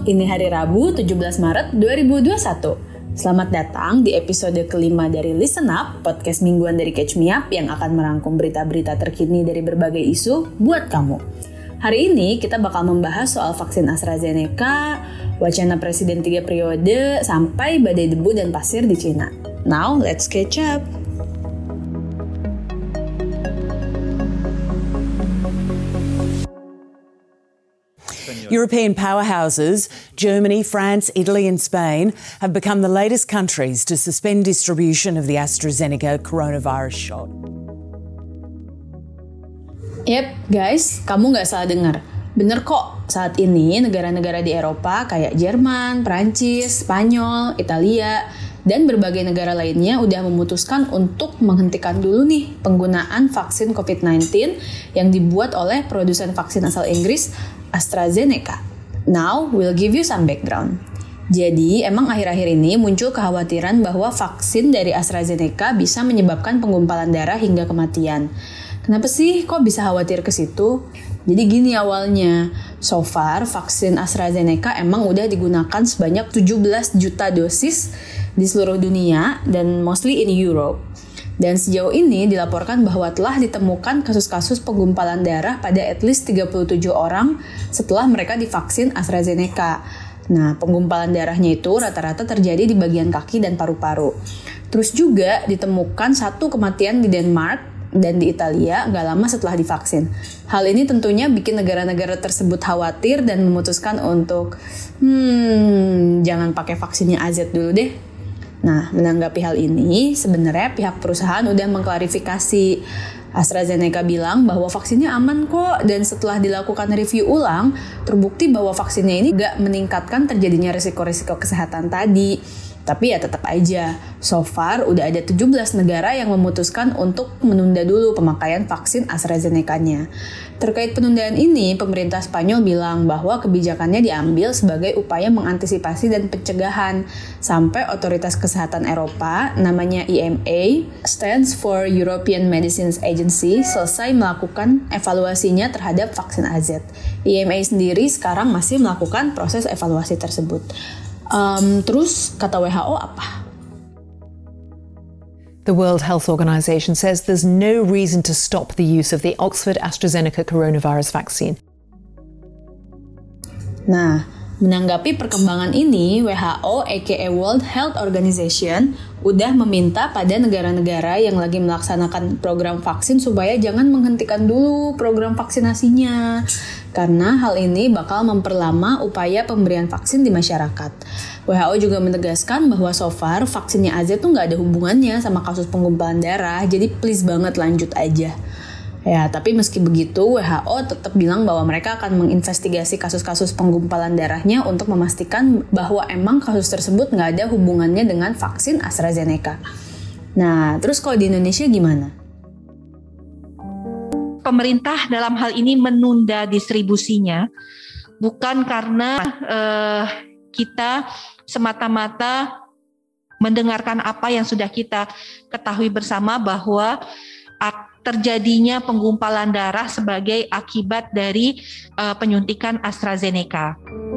ini hari Rabu 17 Maret 2021. Selamat datang di episode kelima dari Listen Up, podcast mingguan dari Catch Me Up yang akan merangkum berita-berita terkini dari berbagai isu buat kamu. Hari ini kita bakal membahas soal vaksin AstraZeneca, wacana presiden 3 periode, sampai badai debu dan pasir di Cina. Now, let's catch up! European powerhouses, Germany, France, Italy and Spain, have become the latest countries to suspend distribution of the AstraZeneca coronavirus shot. Yep, guys, kamu nggak salah dengar. Bener kok, saat ini negara-negara di Eropa kayak Jerman, Prancis, Spanyol, Italia, dan berbagai negara lainnya udah memutuskan untuk menghentikan dulu nih penggunaan vaksin COVID-19 yang dibuat oleh produsen vaksin asal Inggris, AstraZeneca. Now, we'll give you some background. Jadi, emang akhir-akhir ini muncul kekhawatiran bahwa vaksin dari AstraZeneca bisa menyebabkan penggumpalan darah hingga kematian. Kenapa sih kok bisa khawatir ke situ? Jadi gini awalnya, so far vaksin AstraZeneca emang udah digunakan sebanyak 17 juta dosis di seluruh dunia dan mostly in Europe. Dan sejauh ini dilaporkan bahwa telah ditemukan kasus-kasus penggumpalan darah pada at least 37 orang setelah mereka divaksin AstraZeneca. Nah, penggumpalan darahnya itu rata-rata terjadi di bagian kaki dan paru-paru. Terus juga ditemukan satu kematian di Denmark dan di Italia nggak lama setelah divaksin. Hal ini tentunya bikin negara-negara tersebut khawatir dan memutuskan untuk jangan pakai vaksinnya AZ dulu deh. Nah, menanggapi hal ini, sebenarnya pihak perusahaan udah mengklarifikasi. AstraZeneca bilang bahwa vaksinnya aman kok, dan setelah dilakukan review ulang, terbukti bahwa vaksinnya ini nggak meningkatkan terjadinya risiko-risiko kesehatan tadi. Tapi ya tetap aja, so far udah ada 17 negara yang memutuskan untuk menunda dulu pemakaian vaksin AstraZeneca-nya. Terkait penundaan ini, pemerintah Spanyol bilang bahwa kebijakannya diambil sebagai upaya mengantisipasi dan pencegahan sampai otoritas kesehatan Eropa, namanya EMA, stands for European Medicines Agency, selesai melakukan evaluasinya terhadap vaksin AZ. EMA sendiri sekarang masih melakukan proses evaluasi tersebut. Terus kata WHO apa? The World Health Organization says there's no reason to stop the use of the Oxford AstraZeneca coronavirus vaccine. Nah, menanggapi perkembangan ini, WHO aka World Health Organization udah meminta pada negara-negara yang lagi melaksanakan program vaksin supaya jangan menghentikan dulu program vaksinasinya. Karena hal ini bakal memperlama upaya pemberian vaksin di masyarakat. WHO juga menegaskan bahwa so far vaksinnya AZ tuh nggak ada hubungannya sama kasus penggumpalan darah, jadi please banget lanjut aja. Ya, tapi meski begitu, WHO tetap bilang bahwa mereka akan menginvestigasi kasus-kasus penggumpalan darahnya untuk memastikan bahwa emang kasus tersebut nggak ada hubungannya dengan vaksin AstraZeneca. Nah, terus kalau di Indonesia gimana? Pemerintah dalam hal ini menunda distribusinya bukan karena kita semata-mata mendengarkan apa yang sudah kita ketahui bersama bahwa terjadinya penggumpalan darah sebagai akibat dari penyuntikan AstraZeneca.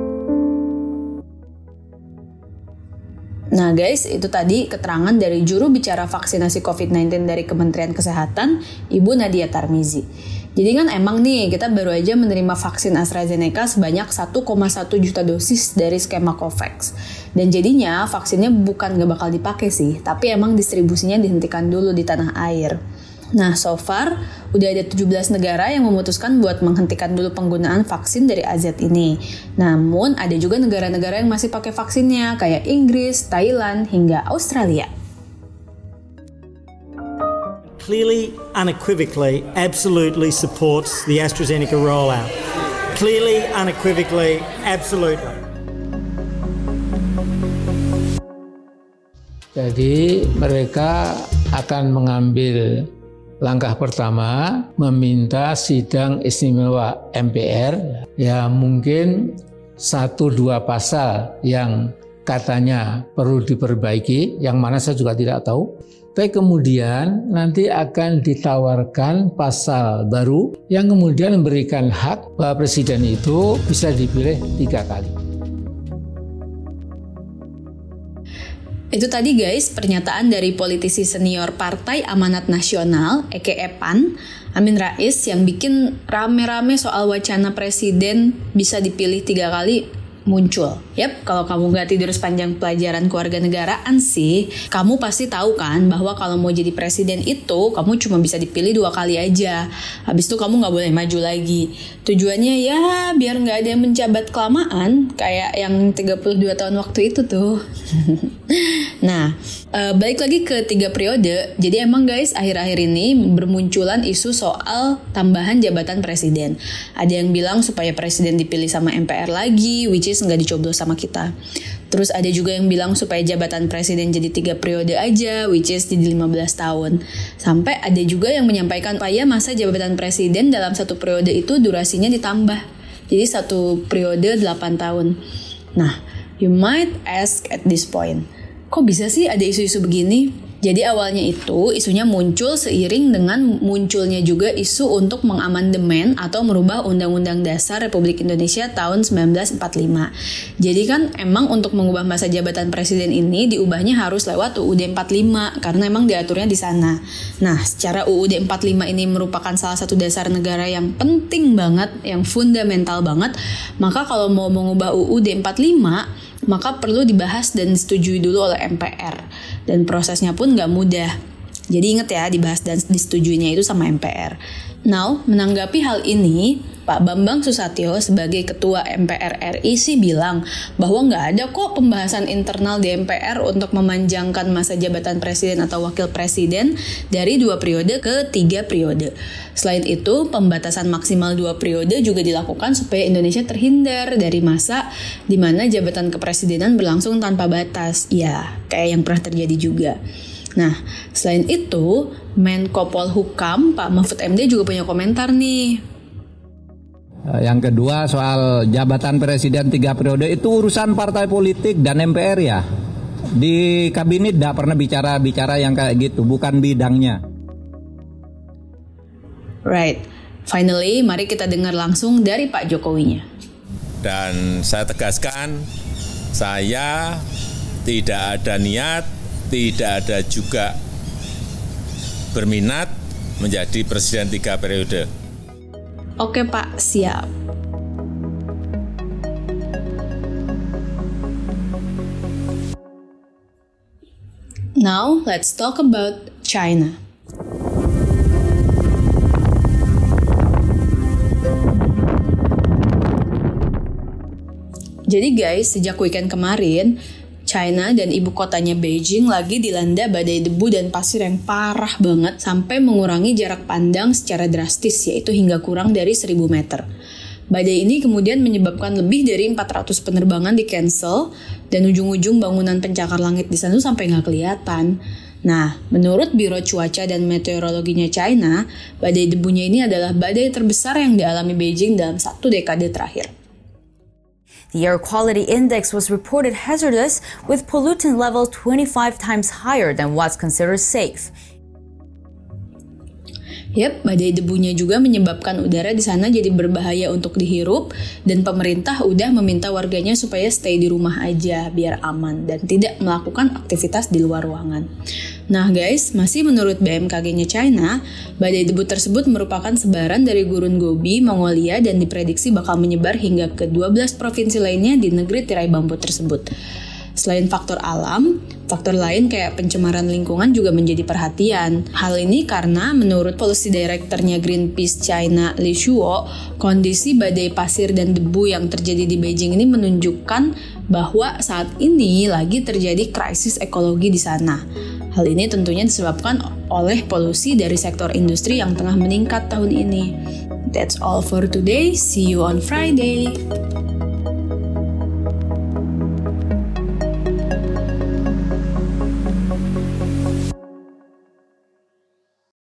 Nah guys, itu tadi keterangan dari juru bicara vaksinasi COVID-19 dari Kementerian Kesehatan, Ibu Nadia Tarmizi. Jadi kan emang nih, kita baru aja menerima vaksin AstraZeneca sebanyak 1,1 juta dosis dari skema COVAX. Dan jadinya vaksinnya bukan gak bakal dipakai sih, tapi emang distribusinya dihentikan dulu di tanah air. Nah, so far udah ada 17 negara yang memutuskan buat menghentikan dulu penggunaan vaksin dari AZ ini. Namun, ada juga negara-negara yang masih pakai vaksinnya, kayak Inggris, Thailand, hingga Australia. Clearly, unequivocally, absolutely supports the AstraZeneca rollout. Clearly, unequivocally, absolutely. Jadi, mereka akan mengambil langkah pertama, meminta sidang istimewa MPR, ya mungkin 1-2 pasal yang katanya perlu diperbaiki, yang mana saya juga tidak tahu. Tapi kemudian nanti akan ditawarkan pasal baru yang kemudian memberikan hak bahwa presiden itu bisa dipilih 3 kali. Itu tadi guys pernyataan dari politisi senior Partai Amanat Nasional (PAN), Amin Rais, yang bikin rame-rame soal wacana presiden bisa dipilih 3 kali muncul. Yap, kalau kamu gak tidur sepanjang pelajaran kewarganegaraan sih, kamu pasti tahu kan bahwa kalau mau jadi presiden itu kamu cuma bisa dipilih 2 kali aja. Habis itu kamu gak boleh maju lagi. Tujuannya ya biar gak ada yang menjabat kelamaan kayak yang 32 tahun waktu itu tuh. Nah, balik lagi ke 3 periode. Jadi emang guys, akhir-akhir ini bermunculan isu soal tambahan jabatan presiden. Ada yang bilang supaya presiden dipilih sama MPR lagi, which is nggak dicoblos sama kita. Terus ada juga yang bilang supaya jabatan presiden jadi 3 periode aja, which is jadi 15 tahun. Sampai ada juga yang menyampaikan supaya masa jabatan presiden dalam 1 periode itu durasinya ditambah. Jadi 1 periode 8 tahun. Nah, you might ask at this point, kok bisa sih ada isu-isu begini? Jadi awalnya itu isunya muncul seiring dengan munculnya juga isu untuk mengamandemen atau merubah Undang-Undang Dasar Republik Indonesia tahun 1945. Jadi kan emang untuk mengubah masa jabatan presiden ini diubahnya harus lewat UUD 45 karena emang diaturnya di sana. Nah, secara UUD 45 ini merupakan salah satu dasar negara yang penting banget, yang fundamental banget, maka kalau mau mengubah UUD 45 maka perlu dibahas dan disetujui dulu oleh MPR. Dan prosesnya pun nggak mudah. Jadi ingat ya, dibahas dan disetujuinya itu sama MPR. Now, menanggapi hal ini, Pak Bambang Susatyo sebagai Ketua MPR RI sih bilang bahwa nggak ada kok pembahasan internal di MPR untuk memanjangkan masa jabatan presiden atau wakil presiden dari 2 periode ke 3 periode. Selain itu, pembatasan maksimal 2 periode juga dilakukan supaya Indonesia terhindar dari masa di mana jabatan kepresidenan berlangsung tanpa batas. Ya, kayak yang pernah terjadi juga. Nah, selain itu, Menko Polhukam Pak Mahfud MD juga punya komentar nih. Yang kedua soal jabatan presiden 3 periode itu urusan partai politik dan MPR ya. Di kabinet tidak pernah bicara yang kayak gitu, bukan bidangnya. Right, finally mari kita dengar langsung dari Pak Jokowinya. Dan saya tegaskan, saya tidak ada niat, tidak ada juga berminat menjadi presiden 3 periode. Oke Pak, siap. Now, let's talk about China. Jadi guys, sejak weekend kemarin, China dan ibu kotanya Beijing lagi dilanda badai debu dan pasir yang parah banget sampai mengurangi jarak pandang secara drastis, yaitu hingga kurang dari 1000 meter. Badai ini kemudian menyebabkan lebih dari 400 penerbangan di-cancel dan ujung-ujung bangunan pencakar langit di sana sampai nggak kelihatan. Nah, menurut Biro Cuaca dan Meteorologinya China, badai debunya ini adalah badai terbesar yang dialami Beijing dalam 1 dekade terakhir. The air quality index was reported hazardous with pollutant level 25 times higher than what's considered safe. Yap, badai debunya juga menyebabkan udara di sana jadi berbahaya untuk dihirup dan pemerintah udah meminta warganya supaya stay di rumah aja biar aman dan tidak melakukan aktivitas di luar ruangan. Nah guys, masih menurut BMKG-nya China, badai debu tersebut merupakan sebaran dari gurun Gobi, Mongolia dan diprediksi bakal menyebar hingga ke 12 provinsi lainnya di negeri tirai bambu tersebut. Selain faktor alam, faktor lain kayak pencemaran lingkungan juga menjadi perhatian. Hal ini karena menurut Policy Director-nya Greenpeace China, Li Shuo, kondisi badai pasir dan debu yang terjadi di Beijing ini menunjukkan bahwa saat ini lagi terjadi krisis ekologi di sana. Hal ini tentunya disebabkan oleh polusi dari sektor industri yang tengah meningkat tahun ini. That's all for today. See you on Friday.